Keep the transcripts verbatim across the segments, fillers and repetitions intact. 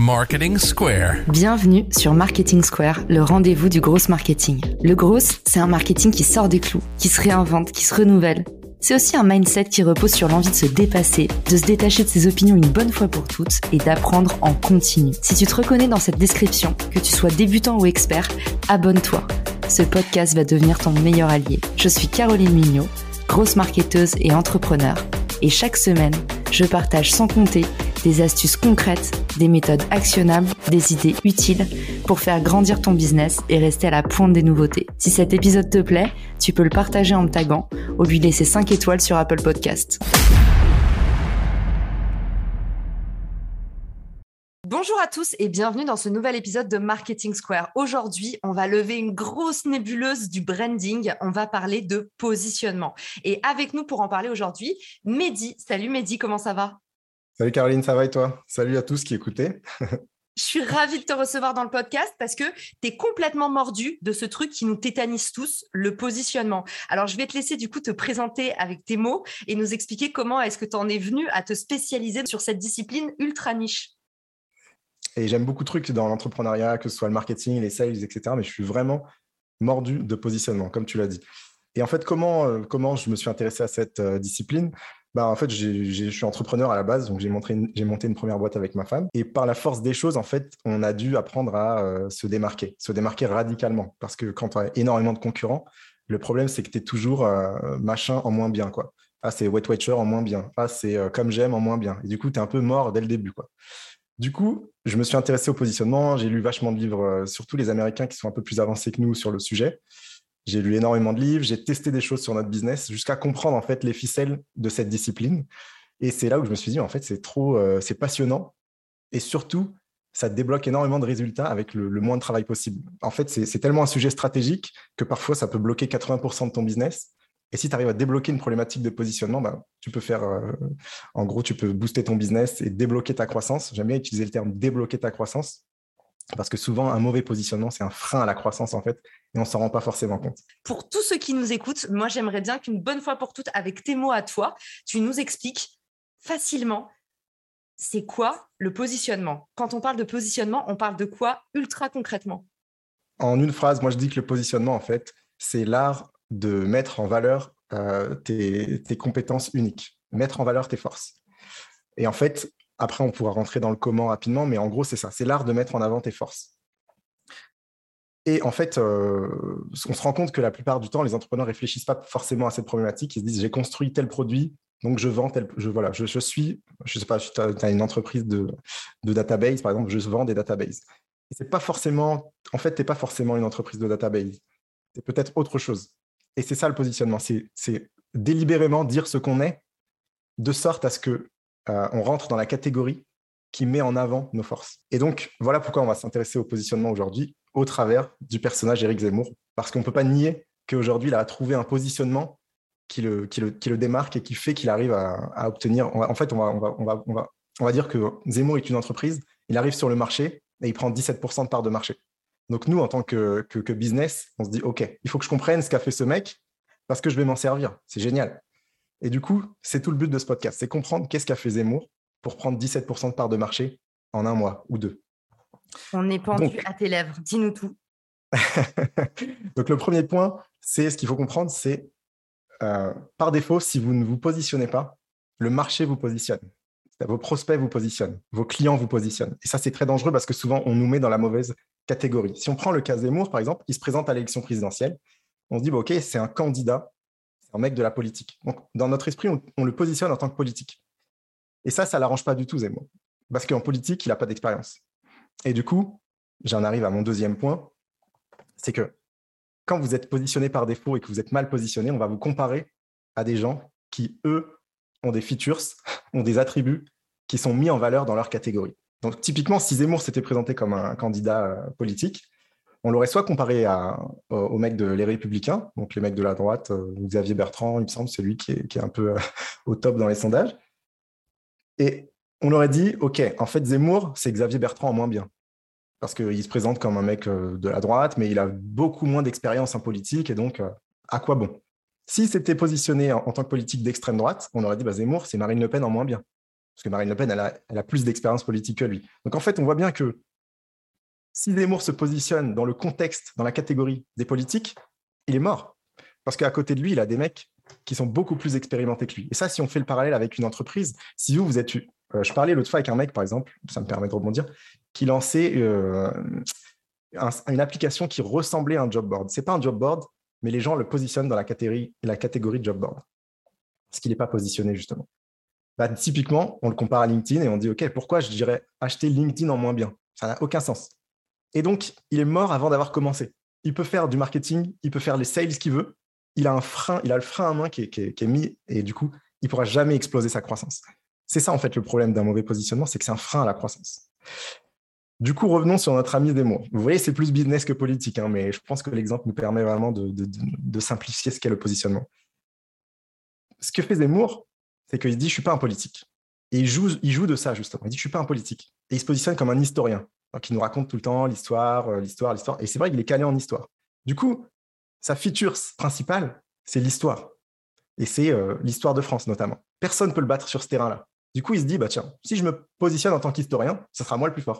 Marketing Square. Bienvenue sur Marketing Square, le rendez-vous du gros marketing. Le gros, c'est un marketing qui sort des clous, qui se réinvente, qui se renouvelle. C'est aussi un mindset qui repose sur l'envie de se dépasser, de se détacher de ses opinions une bonne fois pour toutes et d'apprendre en continu. Si tu te reconnais dans cette description, que tu sois débutant ou expert, abonne-toi. Ce podcast va devenir ton meilleur allié. Je suis Caroline Mignot, grosse marketeuse et entrepreneur. Et chaque semaine, je partage sans compter des astuces concrètes, des méthodes actionnables, des idées utiles pour faire grandir ton business et rester à la pointe des nouveautés. Si cet épisode te plaît, tu peux le partager en me taguant ou lui laisser cinq étoiles sur Apple Podcast. Bonjour à tous et bienvenue dans ce nouvel épisode de Marketing Square. Aujourd'hui, on va lever une grosse nébuleuse du branding. On va parler de positionnement. Et avec nous pour en parler aujourd'hui, Mehdi. Salut Mehdi, comment ça va ? Salut Caroline, ça va et toi ? Salut à tous qui écoutaient. Je suis ravie de te recevoir dans le podcast parce que tu es complètement mordu de ce truc qui nous tétanise tous, le positionnement. Alors, je vais te laisser du coup te présenter avec tes mots et nous expliquer comment est-ce que tu en es venu à te spécialiser sur cette discipline ultra niche. Et j'aime beaucoup de trucs dans l'entrepreneuriat, que ce soit le marketing, les sales, et cetera. Mais je suis vraiment mordu de positionnement, comme tu l'as dit. Et en fait, comment, euh, comment je me suis intéressé à cette euh, discipline ? Bah, en fait, j'ai, j'ai, je suis entrepreneur à la base, donc j'ai monté, une, j'ai monté une première boîte avec ma femme. Et par la force des choses, en fait, on a dû apprendre à euh, se démarquer, se démarquer radicalement. Parce que quand tu as énormément de concurrents, le problème, c'est que tu es toujours euh, machin en moins bien, quoi. Ah, c'est Weight Watcher en moins bien. Ah, c'est euh, Comme J'aime en moins bien. Et du coup, tu es un peu mort dès le début, quoi. Du coup, je me suis intéressé au positionnement. J'ai lu vachement de livres, euh, surtout les Américains qui sont un peu plus avancés que nous sur le sujet. J'ai lu énormément de livres, j'ai testé des choses sur notre business jusqu'à comprendre en fait les ficelles de cette discipline. Et c'est là où je me suis dit, en fait, c'est trop, euh, c'est passionnant. Et surtout, ça débloque énormément de résultats avec le, le moins de travail possible. En fait, c'est, c'est tellement un sujet stratégique que parfois, ça peut bloquer quatre-vingts pour cent de ton business. Et si tu arrives à débloquer une problématique de positionnement, bah, tu peux faire, euh, en gros, tu peux booster ton business et débloquer ta croissance. J'aime bien utiliser le terme débloquer ta croissance parce que souvent, un mauvais positionnement, c'est un frein à la croissance, en fait, et on ne s'en rend pas forcément compte. Pour tous ceux qui nous écoutent, moi, j'aimerais bien qu'une bonne fois pour toutes, avec tes mots à toi, tu nous expliques facilement c'est quoi le positionnement. Quand on parle de positionnement, on parle de quoi ultra concrètement ? En une phrase, moi, je dis que le positionnement, en fait, c'est l'art de mettre en valeur euh, tes, tes compétences uniques, mettre en valeur tes forces. Et en fait, après, on pourra rentrer dans le comment rapidement, mais en gros, c'est ça. C'est l'art de mettre en avant tes forces. Et en fait, euh, on se rend compte que la plupart du temps, les entrepreneurs ne réfléchissent pas forcément à cette problématique. Ils se disent, j'ai construit tel produit, donc je vends tel... Je, voilà, je, je suis... Je ne sais pas, tu as une entreprise de, de database, par exemple, je vends des databases. Et c'est pas forcément... En fait, tu n'es pas forcément une entreprise de database. C'est peut-être autre chose. Et c'est ça le positionnement. C'est, c'est délibérément dire ce qu'on est, de sorte à ce que Euh, on rentre dans la catégorie qui met en avant nos forces. Et donc, voilà pourquoi on va s'intéresser au positionnement aujourd'hui au travers du personnage Éric Zemmour, parce qu'on ne peut pas nier qu'aujourd'hui, il a trouvé un positionnement qui le, qui le, qui le démarque et qui fait qu'il arrive à, à obtenir... On va, en fait, on va, on, va, on, va, on, va, on va dire que Zemmour est une entreprise, il arrive sur le marché et il prend dix-sept pour cent de part de marché. Donc nous, en tant que, que, que business, on se dit, OK, il faut que je comprenne ce qu'a fait ce mec parce que je vais m'en servir. C'est génial. Et du coup, c'est tout le but de ce podcast, c'est comprendre qu'est-ce qu'a fait Zemmour pour prendre dix-sept pour cent de part de marché en un mois ou deux. On est pendu Donc, à tes lèvres, dis-nous tout. Donc, le premier point, c'est ce qu'il faut comprendre, c'est euh, par défaut, si vous ne vous positionnez pas, le marché vous positionne. Vos prospects vous positionnent, vos clients vous positionnent. Et ça, c'est très dangereux parce que souvent, on nous met dans la mauvaise catégorie. Si on prend le cas Zemmour, par exemple, il se présente à l'élection présidentielle, on se dit, bah, OK, c'est un candidat, un mec de la politique. Donc, dans notre esprit, on, on le positionne en tant que politique. Et ça, ça ne l'arrange pas du tout, Zemmour. Parce qu'en politique, il n'a pas d'expérience. Et du coup, j'en arrive à mon deuxième point, c'est que quand vous êtes positionné par défaut et que vous êtes mal positionné, on va vous comparer à des gens qui, eux, ont des features, ont des attributs qui sont mis en valeur dans leur catégorie. Donc, typiquement, si Zemmour s'était présenté comme un candidat euh, politique, on l'aurait soit comparé à, aux mecs de Les Républicains, donc les mecs de la droite, euh, Xavier Bertrand, il me semble, c'est lui qui est, qui est un peu euh, au top dans les sondages. Et on aurait dit, OK, en fait, Zemmour, c'est Xavier Bertrand en moins bien. Parce qu'il se présente comme un mec euh, de la droite, mais il a beaucoup moins d'expérience en politique, et donc, euh, à quoi bon ? S'il s'était positionné en, en tant que politique d'extrême droite, on aurait dit, bah, Zemmour, c'est Marine Le Pen en moins bien. Parce que Marine Le Pen, elle a, elle a plus d'expérience politique que lui. Donc en fait, on voit bien que si Zemmour se positionne dans le contexte, dans la catégorie des politiques, il est mort. Parce qu'à côté de lui, il a des mecs qui sont beaucoup plus expérimentés que lui. Et ça, si on fait le parallèle avec une entreprise, si vous, vous êtes... Euh, je parlais l'autre fois avec un mec, par exemple, ça me permet de rebondir, qui lançait euh, un, une application qui ressemblait à un job board. Ce n'est pas un job board, mais les gens le positionnent dans la catégorie, la catégorie job board. Parce qu'il n'est pas positionné, justement. Bah, typiquement, on le compare à LinkedIn et on dit, OK, pourquoi je dirais acheter LinkedIn en moins bien? Ça n'a aucun sens. Et donc, il est mort avant d'avoir commencé. Il peut faire du marketing, il peut faire les sales qu'il veut. Il a un frein, il a le frein à main qui est, qui est, qui est mis et du coup, il ne pourra jamais exploser sa croissance. C'est ça, en fait, le problème d'un mauvais positionnement, c'est que c'est un frein à la croissance. Du coup, revenons sur notre ami Zemmour. Vous voyez, c'est plus business que politique, hein, mais je pense que l'exemple nous permet vraiment de, de, de, de simplifier ce qu'est le positionnement. Ce que fait Zemmour, c'est qu'il dit « je ne suis pas un politique ». Et il joue, il joue de ça, justement. Il dit « je ne suis pas un politique ». Et il se positionne comme un historien. Donc, il nous raconte tout le temps l'histoire, euh, l'histoire, l'histoire. Et c'est vrai qu'il est calé en histoire. Du coup, sa feature principale, c'est l'histoire. Et c'est euh, l'histoire de France, notamment. Personne ne peut le battre sur ce terrain-là. Du coup, il se dit, bah, tiens, si je me positionne en tant qu'historien, ça sera moi le plus fort.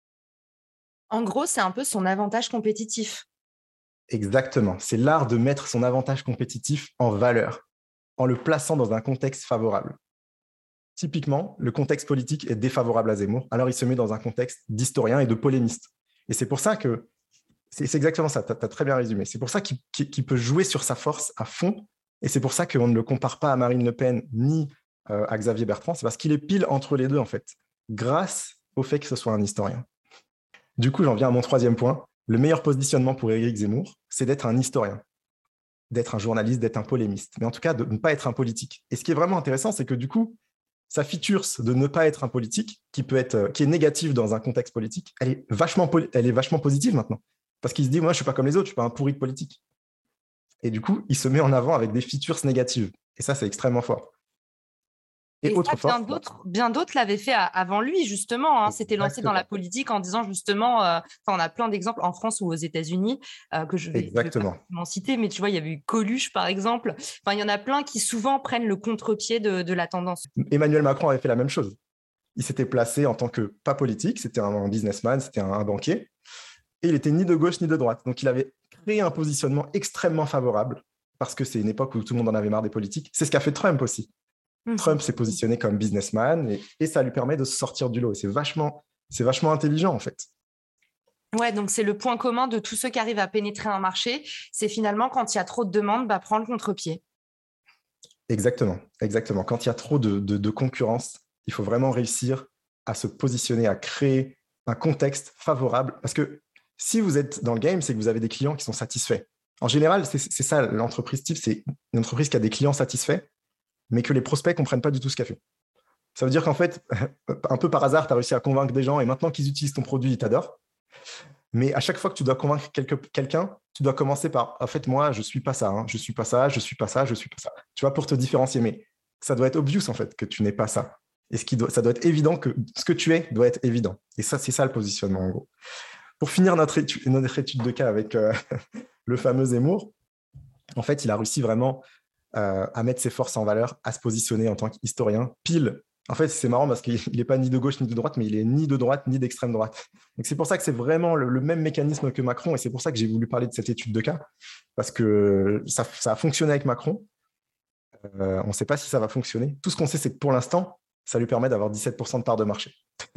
En gros, c'est un peu son avantage compétitif. Exactement. C'est l'art de mettre son avantage compétitif en valeur, en le plaçant dans un contexte favorable. Typiquement, le contexte politique est défavorable à Zemmour, alors il se met dans un contexte d'historien et de polémiste. Et c'est pour ça que, c'est, c'est exactement ça, tu as très bien résumé, c'est pour ça qu'il, qu'il peut jouer sur sa force à fond, et c'est pour ça qu'on ne le compare pas à Marine Le Pen ni euh, à Xavier Bertrand, c'est parce qu'il est pile entre les deux, en fait, grâce au fait que ce soit un historien. Du coup, j'en viens à mon troisième point. Le meilleur positionnement pour Éric Zemmour, c'est d'être un historien, d'être un journaliste, d'être un polémiste, mais en tout cas, de ne pas être un politique. Et ce qui est vraiment intéressant, c'est que du coup, sa feature de ne pas être un politique, qui peut être, qui est négative dans un contexte politique, elle est vachement, elle est vachement positive maintenant. Parce qu'il se dit, moi, je ne suis pas comme les autres, je ne suis pas un pourri de politique. Et du coup, il se met en avant avec des features négatives. Et ça, c'est extrêmement fort. Et, et autre ça, bien, force, d'autres, bien d'autres l'avaient fait avant lui, justement. Hein. C'était lancé dans la politique en disant, justement, euh, on a plein d'exemples en France ou aux États-Unis, euh, que je vais, je vais pas m'en citer, mais tu vois, il y avait eu Coluche, par exemple. Enfin, il y en a plein qui souvent prennent le contre-pied de, de la tendance. Emmanuel Macron avait fait la même chose. Il s'était placé en tant que pas politique, c'était un businessman, c'était un, un banquier, et il était ni de gauche ni de droite. Donc, il avait créé un positionnement extrêmement favorable, parce que c'est une époque où tout le monde en avait marre des politiques. C'est ce qu'a fait Trump aussi. Mmh. Trump s'est positionné comme businessman et, et ça lui permet de se sortir du lot. Et c'est vachement, c'est vachement intelligent, en fait. Ouais, donc c'est le point commun de tous ceux qui arrivent à pénétrer un marché. C'est finalement, quand il y a trop de demandes, bah, prendre le contre-pied. Exactement, exactement. Quand il y a trop de, de, de concurrence, il faut vraiment réussir à se positionner, à créer un contexte favorable. Parce que si vous êtes dans le game, c'est que vous avez des clients qui sont satisfaits. En général, c'est, c'est ça, l'entreprise type, c'est une entreprise qui a des clients satisfaits, mais que les prospects ne comprennent pas du tout ce qu'elle fait. Ça veut dire qu'en fait, un peu par hasard, tu as réussi à convaincre des gens et maintenant qu'ils utilisent ton produit, ils t'adorent. Mais à chaque fois que tu dois convaincre quelque, quelqu'un, tu dois commencer par « en fait, moi, je ne suis pas ça, hein. je ne suis pas ça, je ne suis pas ça, je ne suis pas ça ». Tu vois, pour te différencier. Mais ça doit être obvious, en fait, que tu n'es pas ça. Et ce qui doit, ça doit être évident que ce que tu es doit être évident. Et ça, c'est ça le positionnement, en gros. Pour finir notre étude, notre étude de cas avec euh, le fameux Zemmour, en fait, il a réussi vraiment Euh, à mettre ses forces en valeur, à se positionner en tant qu'historien, pile. En fait, c'est marrant parce qu'il n'est pas ni de gauche ni de droite, mais il est ni de droite ni d'extrême droite. Donc, c'est pour ça que c'est vraiment le, le même mécanisme que Macron, et c'est pour ça que j'ai voulu parler de cette étude de cas, parce que ça, ça a fonctionné avec Macron. Euh, on ne sait pas si ça va fonctionner. Tout ce qu'on sait, c'est que pour l'instant, ça lui permet d'avoir dix-sept pour cent de part de marché.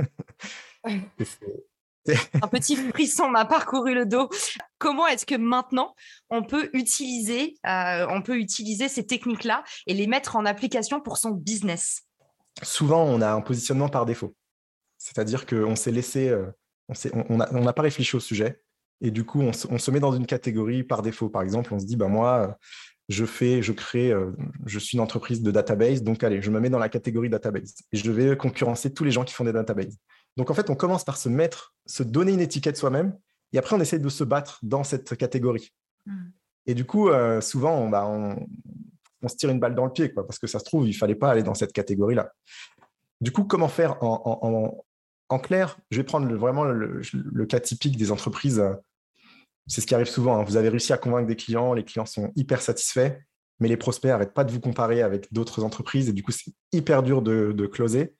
Un petit frisson m'a parcouru le dos. Comment est-ce que maintenant, on peut utiliser, euh, on peut utiliser ces techniques-là et les mettre en application pour son business? Souvent, on a un positionnement par défaut. C'est-à-dire qu'on s'est laissé, euh, on s'est, on n'a on n'a pas réfléchi au sujet et du coup, on se, on se met dans une catégorie par défaut. Par exemple, on se dit, bah, moi, je fais, je crée, euh, je suis une entreprise de database, donc allez, je me mets dans la catégorie database et je vais concurrencer tous les gens qui font des databases. Donc, en fait, on commence par se mettre, se donner une étiquette soi-même, et après, on essaie de se battre dans cette catégorie. Mmh. Et du coup, euh, souvent, on, bah, on, on se tire une balle dans le pied, quoi, parce que ça se trouve, il ne fallait pas aller dans cette catégorie-là. Du coup, comment faire en, en, en, en clair? Je vais prendre le, vraiment le, le cas typique des entreprises. C'est ce qui arrive souvent. Hein. Vous avez réussi à convaincre des clients, les clients sont hyper satisfaits, mais les prospects n'arrêtent pas de vous comparer avec d'autres entreprises, et du coup, c'est hyper dur de, de closer.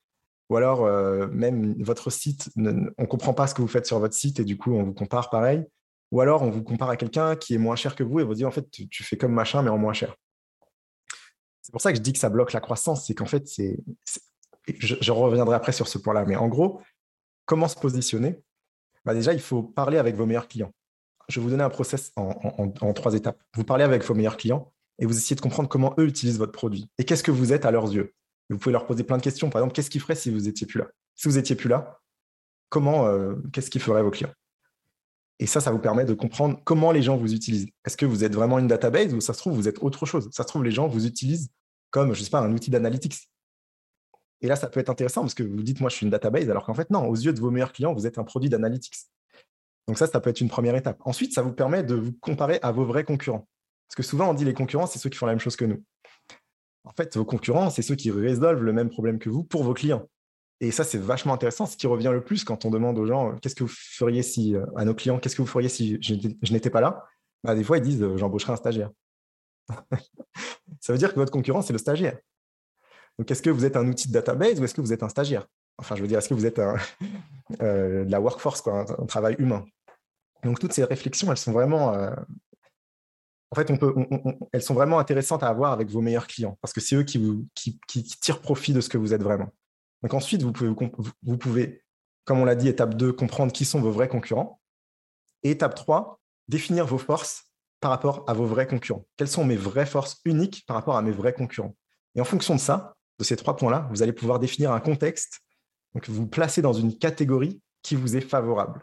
Ou alors, euh, même votre site, ne- on ne comprend pas ce que vous faites sur votre site et du coup, on vous compare pareil. Ou alors, on vous compare à quelqu'un qui est moins cher que vous et vous dit, en fait, tu, tu fais comme machin, mais en moins cher. C'est pour ça que je dis que ça bloque la croissance. C'est qu'en fait, c'est, c'est- je, je reviendrai après sur ce point-là. Mais en gros, comment se positionner? Bah déjà, il faut parler avec vos meilleurs clients. Je vais vous donner un process en, en- en trois étapes. Vous parlez avec vos meilleurs clients et vous essayez de comprendre comment eux utilisent votre produit et qu'est-ce que vous êtes à leurs yeux. Et vous pouvez leur poser plein de questions. Par exemple, qu'est-ce qu'ils feraient si vous étiez plus là? Si vous étiez plus là, comment, euh, qu'est-ce qu'ils feraient vos clients? Et ça, ça vous permet de comprendre comment les gens vous utilisent. Est-ce que vous êtes vraiment une database ou ça se trouve, vous êtes autre chose? Ça se trouve, les gens vous utilisent comme, je sais pas, un outil d'analytics. Et là, ça peut être intéressant parce que vous dites, moi, je suis une database, alors qu'en fait, non, aux yeux de vos meilleurs clients, vous êtes un produit d'analytics. Donc ça, ça peut être une première étape. Ensuite, ça vous permet de vous comparer à vos vrais concurrents. Parce que souvent, on dit les concurrents, c'est ceux qui font la même chose que nous. En fait, vos concurrents, c'est ceux qui résolvent le même problème que vous pour vos clients. Et ça, c'est vachement intéressant. Ce qui revient le plus quand on demande aux gens, qu'est-ce que vous feriez si, à nos clients, qu'est-ce que vous feriez si je n'étais- je n'étais pas là? Bah, des fois, ils disent, j'embaucherai un stagiaire. Ça veut dire que votre concurrent, c'est le stagiaire. Donc, est-ce que vous êtes un outil de database ou est-ce que vous êtes un stagiaire? Enfin, je veux dire, est-ce que vous êtes un, euh, de la workforce, quoi, un, un travail humain? Donc, toutes ces réflexions, elles sont vraiment, euh, en fait, on peut, on, on, elles sont vraiment intéressantes à avoir avec vos meilleurs clients parce que c'est eux qui, vous, qui, qui tirent profit de ce que vous êtes vraiment. Donc ensuite, vous pouvez, vous pouvez, comme on l'a dit, étape deux, comprendre qui sont vos vrais concurrents. Et étape trois, définir vos forces par rapport à vos vrais concurrents. Quelles sont mes vraies forces uniques par rapport à mes vrais concurrents? Et en fonction de ça, de ces trois points-là, vous allez pouvoir définir un contexte, donc vous placez dans une catégorie qui vous est favorable.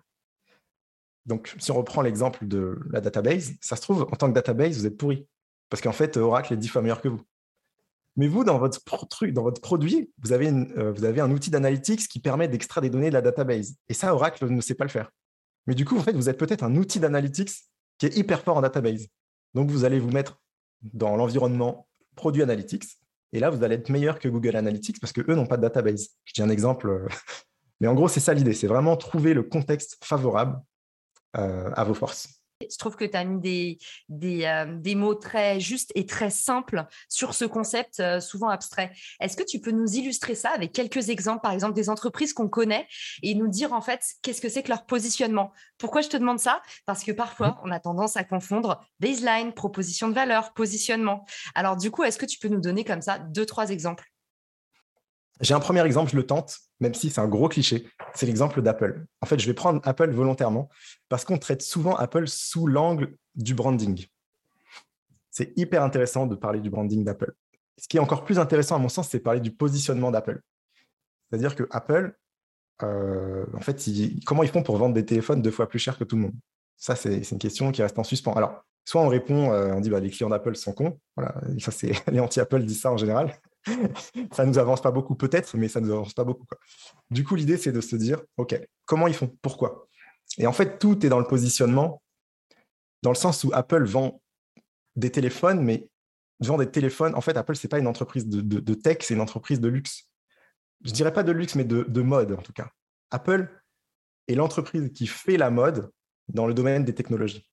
Donc, si on reprend l'exemple de la database, ça se trouve, en tant que database, vous êtes pourri. Parce qu'en fait, Oracle est dix fois meilleur que vous. Mais vous, dans votre, pro- dans votre produit, vous avez, une, euh, vous avez un outil d'analytics qui permet d'extraire des données de la database. Et ça, Oracle ne sait pas le faire. Mais du coup, en fait, vous êtes peut-être un outil d'analytics qui est hyper fort en database. Donc, vous allez vous mettre dans l'environnement produit analytics. Et là, vous allez être meilleur que Google Analytics parce qu'eux n'ont pas de database. Je dis un exemple. euh, Mais en gros, c'est ça l'idée. C'est vraiment trouver le contexte favorable euh, à vos forces. Je trouve que tu as mis des, des, euh, des mots très justes et très simples sur ce concept euh, souvent abstrait. Est-ce que tu peux nous illustrer ça avec quelques exemples, par exemple des entreprises qu'on connaît et nous dire en fait qu'est-ce que c'est que leur positionnement? Pourquoi je te demande ça? Parce que parfois, on a tendance à confondre baseline, proposition de valeur, positionnement. Alors du coup, est-ce que tu peux nous donner comme ça deux, trois exemples? J'ai un premier exemple, je le tente, même si c'est un gros cliché. C'est l'exemple d'Apple. En fait, je vais prendre Apple volontairement parce qu'on traite souvent Apple sous l'angle du branding. C'est hyper intéressant de parler du branding d'Apple. Ce qui est encore plus intéressant, à mon sens, c'est de parler du positionnement d'Apple. C'est-à-dire que Apple, euh, en fait, ils, comment ils font pour vendre des téléphones deux fois plus cher que tout le monde? Ça, c'est une question qui reste en suspens. Alors, soit on répond, euh, on dit bah, les clients d'Apple sont cons. Voilà, ça, c'est les anti-Apple disent ça en général. Ça ne nous avance pas beaucoup, peut-être, mais ça ne nous avance pas beaucoup, quoi. Du coup, l'idée, c'est de se dire, OK, comment ils font? Pourquoi? Et en fait, tout est dans le positionnement, dans le sens où Apple vend des téléphones, mais vend des téléphones. En fait, Apple, ce n'est pas une entreprise de, de, de tech, c'est une entreprise de luxe. Je ne dirais pas de luxe, mais de, de mode, en tout cas. Apple est l'entreprise qui fait la mode dans le domaine des technologies.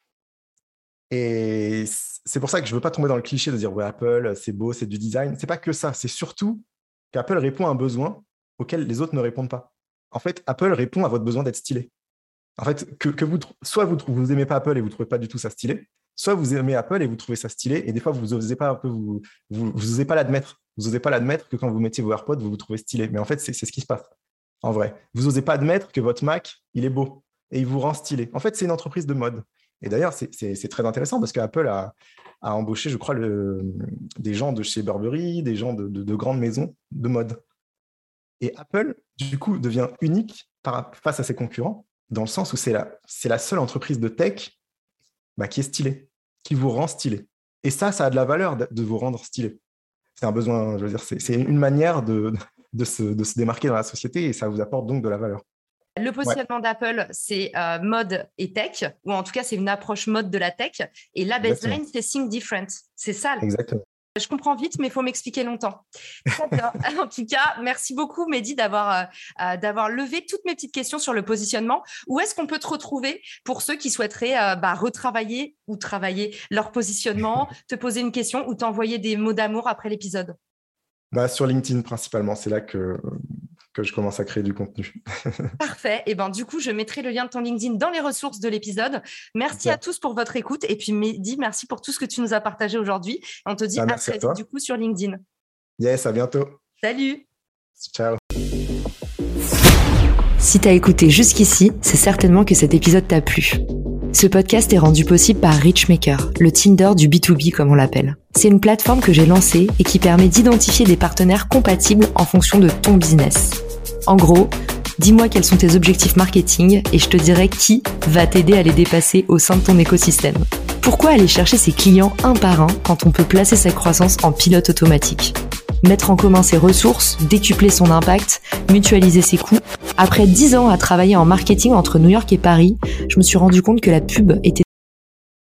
Et c'est pour ça que je ne veux pas tomber dans le cliché de dire ouais, Apple, c'est beau, c'est du design. C'est pas que ça, c'est surtout qu'Apple répond à un besoin auquel les autres ne répondent pas. En fait, Apple répond à votre besoin d'être stylé. En fait, que, que vous, soit vous vous aimez pas Apple et vous trouvez pas du tout ça stylé, soit vous aimez Apple et vous trouvez ça stylé, et des fois vous n'osez pas un peu vous, vous, vous osez pas l'admettre. Vous n'osez pas l'admettre que quand vous mettiez vos AirPods, vous vous trouvez stylé. Mais en fait, c'est ce qui se passe. En vrai, vous n'osez pas admettre que votre Mac, il est beau et il vous rend stylé. En fait, c'est une entreprise de mode. Et d'ailleurs, c'est très intéressant parce qu'Apple a, a embauché, je crois, le, des gens de chez Burberry, des gens de, de, de grandes maisons de mode. Et Apple, du coup, devient unique par, face à ses concurrents, dans le sens où c'est la, c'est la seule entreprise de tech bah, qui est stylée, qui vous rend stylé. Et ça, ça a de la valeur de, de vous rendre stylé. C'est un besoin, je veux dire, c'est une manière de, de, se, de se démarquer dans la société et ça vous apporte donc de la valeur. Le positionnement ouais. d'Apple, c'est euh, mode et tech, ou en tout cas, c'est une approche mode de la tech. Et la baseline, c'est think different. C'est ça. Exactement. Je comprends vite, mais il faut m'expliquer longtemps. Très bien. En tout cas, merci beaucoup, Mehdi, d'avoir euh, d'avoir levé toutes mes petites questions sur le positionnement. Où est-ce qu'on peut te retrouver pour ceux qui souhaiteraient euh, bah, retravailler ou travailler leur positionnement, te poser une question ou t'envoyer des mots d'amour après l'épisode? Bah, sur LinkedIn, principalement. C'est là que, que je commence à créer du contenu. Parfait. Et ben, du coup, je mettrai le lien de ton LinkedIn dans les ressources de l'épisode. Merci Super. À tous pour votre écoute. Et puis, Mehdi, merci pour tout ce que tu nous as partagé aujourd'hui. On te dit ah, à très vite, du coup, sur LinkedIn. Yes, à bientôt. Salut. Ciao. Si t'as écouté jusqu'ici, c'est certainement que cet épisode t'a plu. Ce podcast est rendu possible par Richmaker, le Tinder du B deux B comme on l'appelle. C'est une plateforme que j'ai lancée et qui permet d'identifier des partenaires compatibles en fonction de ton business. En gros, dis-moi quels sont tes objectifs marketing et je te dirai qui va t'aider à les dépasser au sein de ton écosystème. Pourquoi aller chercher ses clients un par un quand on peut placer sa croissance en pilote automatique ? Mettre en commun ses ressources, décupler son impact, mutualiser ses coûts. Après dix ans à travailler en marketing entre New York et Paris, je me suis rendu compte que la pub était